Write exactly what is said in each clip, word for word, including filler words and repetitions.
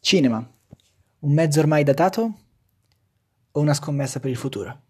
Cinema, un mezzo ormai datato o una scommessa per il futuro?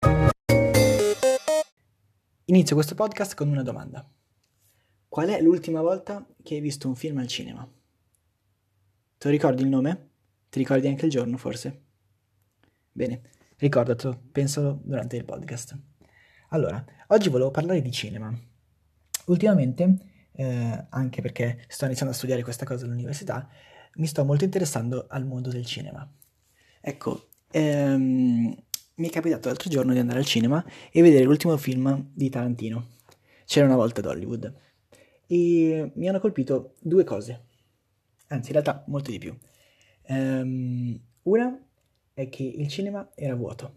Inizio questo podcast con una domanda. Qual è l'ultima volta che hai visto un film al cinema? Te lo ricordi il nome? Ti ricordi anche il giorno, forse? Bene, ricordatelo, pensalo durante il podcast. Allora, oggi volevo parlare di cinema. Ultimamente, eh, anche perché sto iniziando a studiare questa cosa all'università, mi sto molto interessando al mondo del cinema. Ecco, ehm, mi è capitato l'altro giorno di andare al cinema e vedere l'ultimo film di Tarantino, C'era una volta ad Hollywood, e mi hanno colpito due cose, anzi in realtà molte di più. Ehm, una è che il cinema era vuoto.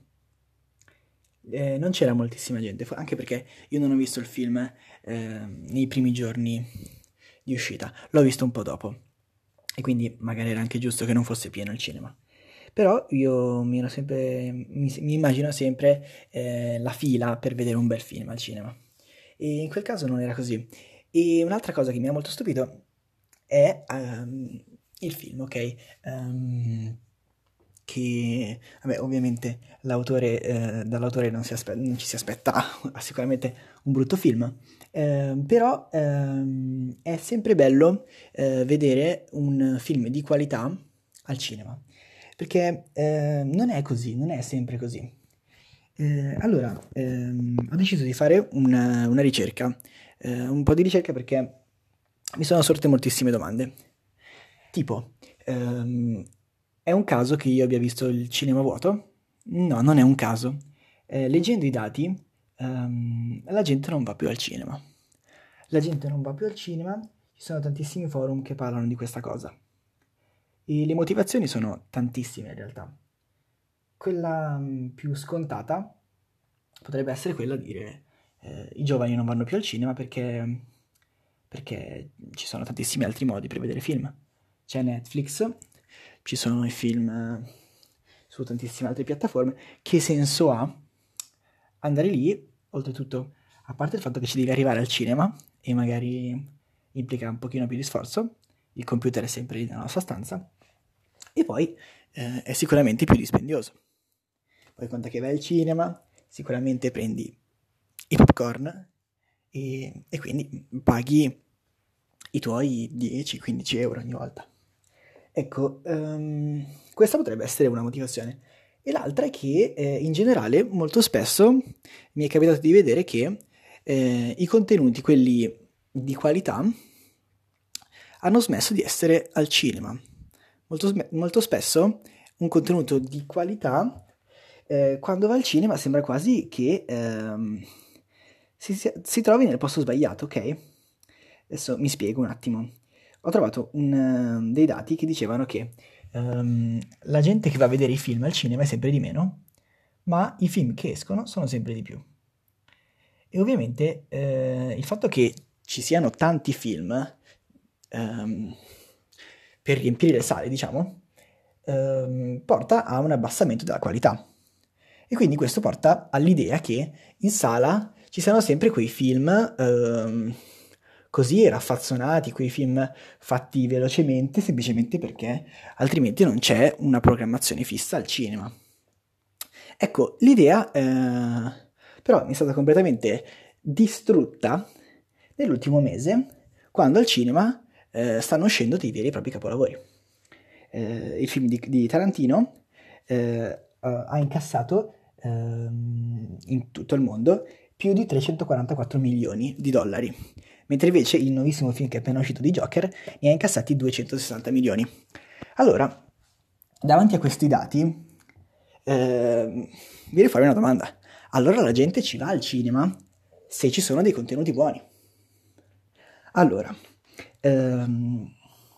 Eh, non c'era moltissima gente, fo- anche perché io non ho visto il film eh, nei primi giorni di uscita, l'ho visto un po' dopo e quindi magari era anche giusto che non fosse pieno il cinema. Però io mi, ero sempre, mi, mi immagino sempre eh, la fila per vedere un bel film al cinema. E in quel caso non era così. E un'altra cosa che mi ha molto stupito è ehm, il film, ok? Ehm, che, vabbè, ovviamente l'autore, eh, dall'autore non, si aspe- non ci si aspetta sicuramente un brutto film, ehm, però ehm, è sempre bello eh, vedere un film di qualità al cinema, perché eh, non è così, non è sempre così. Eh, allora, ehm, ho deciso di fare una, una ricerca, eh, un po' di ricerca perché mi sono sorte moltissime domande. Tipo, ehm, è un caso che io abbia visto il cinema vuoto? No, non è un caso. Eh, leggendo i dati, ehm, la gente non va più al cinema. La gente non va più al cinema, ci sono tantissimi forum che parlano di questa cosa. E le motivazioni sono tantissime in realtà. Quella mm, più scontata potrebbe essere quella di dire eh, i giovani non vanno più al cinema perché, perché ci sono tantissimi altri modi per vedere film. C'è Netflix, ci sono i film eh, su tantissime altre piattaforme. Che senso ha andare lì, oltretutto, a parte il fatto che ci devi arrivare al cinema e magari implica un pochino più di sforzo, il computer è sempre lì nella nostra stanza, e poi eh, è sicuramente più dispendioso. Poi conta che vai al cinema, sicuramente prendi i popcorn e, e quindi paghi i tuoi dieci quindici euro ogni volta. Ecco, ehm, questa potrebbe essere una motivazione. E l'altra è che eh, in generale molto spesso mi è capitato di vedere che eh, i contenuti, quelli di qualità, hanno smesso di essere al cinema. Molto, sme- molto spesso un contenuto di qualità, eh, quando va al cinema sembra quasi che ehm, si, si- si trovi nel posto sbagliato, ok? Adesso mi spiego un attimo. Ho trovato un, eh, dei dati che dicevano che ehm, la gente che va a vedere i film al cinema è sempre di meno, ma i film che escono sono sempre di più. E ovviamente eh, il fatto che ci siano tanti film ehm, per riempire le sale, diciamo, ehm, porta a un abbassamento della qualità. E quindi questo porta all'idea che in sala ci siano sempre quei film ehm, così raffazzonati, quei film fatti velocemente, semplicemente perché altrimenti non c'è una programmazione fissa al cinema. Ecco, l'idea eh, però mi è stata completamente distrutta nell'ultimo mese, quando al cinema eh, stanno uscendo dei veri e propri capolavori. Eh, il film di, di Tarantino eh, ha incassato ehm, in tutto il mondo più di trecentoquarantaquattro milioni di dollari, mentre invece il nuovissimo film che è appena uscito di Joker ne ha incassati duecentosessanta milioni. Allora, davanti a questi dati, eh, viene fuori una domanda. Allora la gente ci va al cinema se ci sono dei contenuti buoni. Allora, ehm,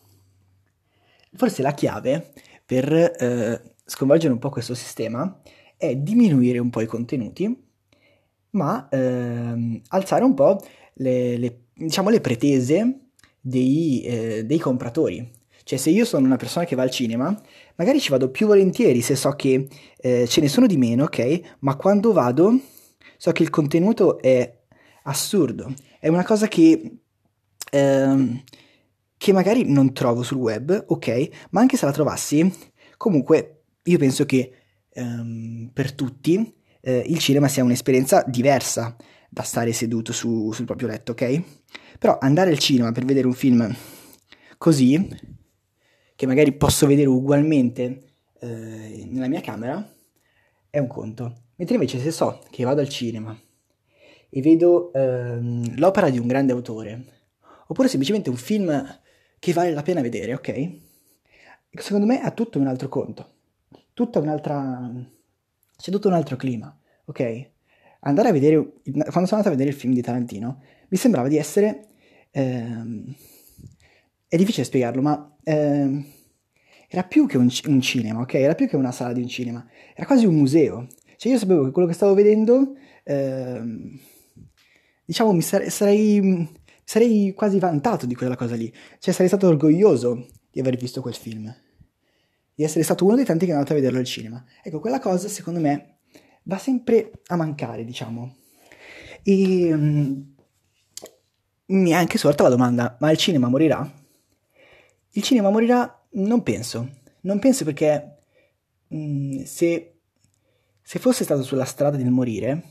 forse la chiave per eh, sconvolgere un po' questo sistema è diminuire un po' i contenuti, ma ehm, alzare un po' le, le- diciamo, le pretese dei, eh, dei compratori. Cioè, se io sono una persona che va al cinema, magari ci vado più volentieri se so che eh, ce ne sono di meno, ok? Ma quando vado so che il contenuto è assurdo. È una cosa che ehm, che magari non trovo sul web, ok, ma anche se la trovassi, comunque io penso che ehm, per tutti eh, il cinema sia un'esperienza diversa da stare seduto su- sul proprio letto, ok? Però andare al cinema per vedere un film così, che magari posso vedere ugualmente eh, nella mia camera, è un conto. Mentre invece se so che vado al cinema e vedo ehm, l'opera di un grande autore, oppure semplicemente un film che vale la pena vedere, ok? Secondo me ha tutto un altro conto, tutta un'altra... c'è tutto un altro clima, ok? Andare a vedere, quando sono andato a vedere il film di Tarantino, mi sembrava di essere... ehm, è difficile spiegarlo, ma ehm, era più che un, ci- un cinema, ok? Era più che una sala di un cinema, era quasi un museo. Cioè io sapevo che quello che stavo vedendo, ehm, diciamo, mi sare- sarei, sarei quasi vantato di quella cosa lì. Cioè sarei stato orgoglioso di aver visto quel film, di essere stato uno dei tanti che è andato a vederlo al cinema. Ecco, quella cosa secondo me va sempre a mancare, diciamo. E mm, mi è anche sorta la domanda, ma il cinema morirà? Il cinema morirà? Non penso. Non penso perché mm, se, se fosse stato sulla strada del morire,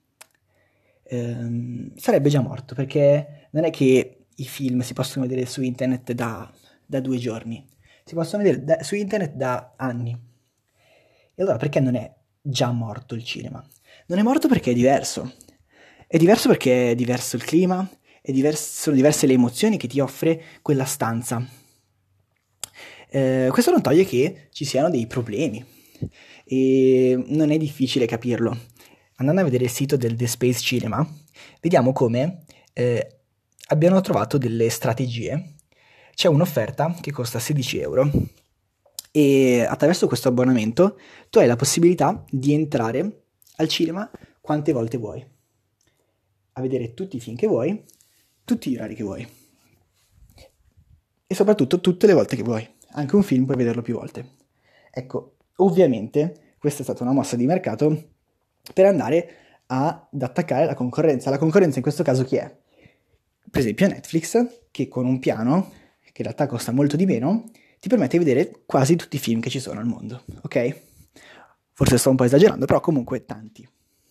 ehm, sarebbe già morto, perché non è che i film si possono vedere su internet da, da due giorni, si possono vedere da- su internet da anni. E allora perché non è già morto il cinema? Non è morto perché è diverso. È diverso perché è diverso il clima, è divers- sono diverse le emozioni che ti offre quella stanza. Eh, questo non toglie che ci siano dei problemi e non è difficile capirlo. Andando a vedere il sito del The Space Cinema, vediamo come eh, abbiano trovato delle strategie. C'è un'offerta che costa sedici euro e attraverso questo abbonamento tu hai la possibilità di entrare al cinema quante volte vuoi, a vedere tutti i film che vuoi, tutti gli orari che vuoi e soprattutto tutte le volte che vuoi. Anche un film puoi vederlo più volte. Ecco, ovviamente questa è stata una mossa di mercato per andare ad attaccare la concorrenza. La concorrenza in questo caso chi è? Per esempio Netflix, che con un piano, che in realtà costa molto di meno, ti permette di vedere quasi tutti i film che ci sono al mondo, ok? Forse sto un po' esagerando, però comunque tanti.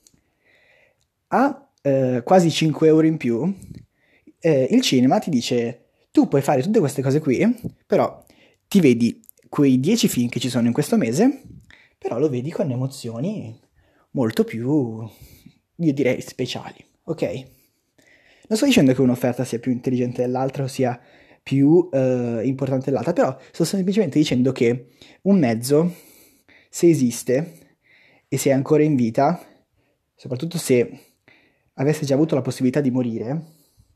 A eh, quasi cinque euro in più, eh, il cinema ti dice tu puoi fare tutte queste cose qui, però ti vedi quei dieci film che ci sono in questo mese, però lo vedi con emozioni molto più, io direi, speciali, ok? Non sto dicendo che un'offerta sia più intelligente dell'altra o sia più eh, importante dell'altra, però sto semplicemente dicendo che un mezzo, se esiste e se è ancora in vita, soprattutto se avesse già avuto la possibilità di morire,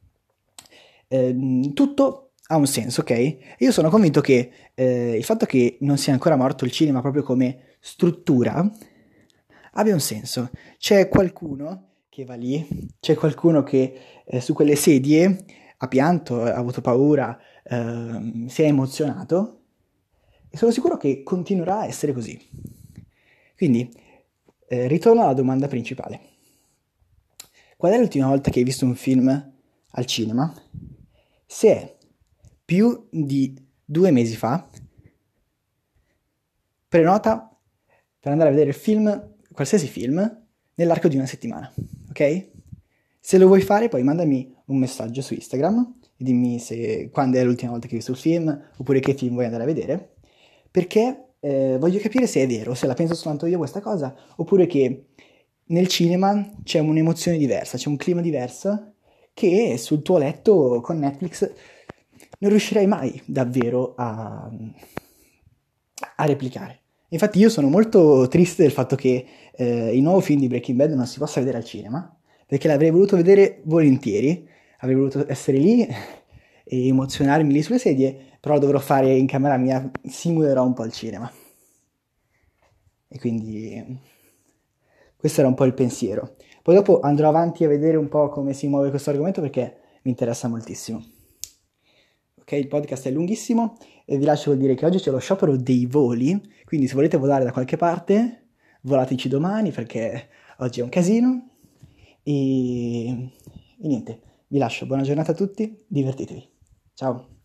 ehm, tutto ha un senso, ok? E io sono convinto che eh, il fatto che non sia ancora morto il cinema proprio come struttura abbia un senso. C'è qualcuno che va lì, c'è qualcuno che eh, su quelle sedie ha pianto, ha avuto paura, ehm, si è emozionato e sono sicuro che continuerà a essere così. Quindi, eh, ritorno alla domanda principale. Qual è l'ultima volta che hai visto un film al cinema? Se è più di due mesi fa, prenota per andare a vedere il film, qualsiasi film, nell'arco di una settimana, ok? Se lo vuoi fare, poi mandami un messaggio su Instagram e dimmi se, quando è l'ultima volta che hai visto il film, oppure che film vuoi andare a vedere, perché eh, voglio capire se è vero, se la penso soltanto io questa cosa, oppure che nel cinema c'è un'emozione diversa, c'è un clima diverso che sul tuo letto con Netflix non riuscirei mai davvero a, a replicare. Infatti io sono molto triste del fatto che eh, il nuovo film di Breaking Bad non si possa vedere al cinema, perché l'avrei voluto vedere volentieri, avrei voluto essere lì e emozionarmi lì sulle sedie, però lo dovrò fare in camera mia, simulerò un po' il cinema. E quindi questo era un po' il pensiero. Poi dopo andrò avanti a vedere un po' come si muove questo argomento perché mi interessa moltissimo. Ok, il podcast è lunghissimo e vi lascio dire che oggi c'è lo sciopero dei voli, quindi se volete volare da qualche parte, volateci domani perché oggi è un casino. E, e niente, vi lascio, buona giornata a tutti, divertitevi. Ciao.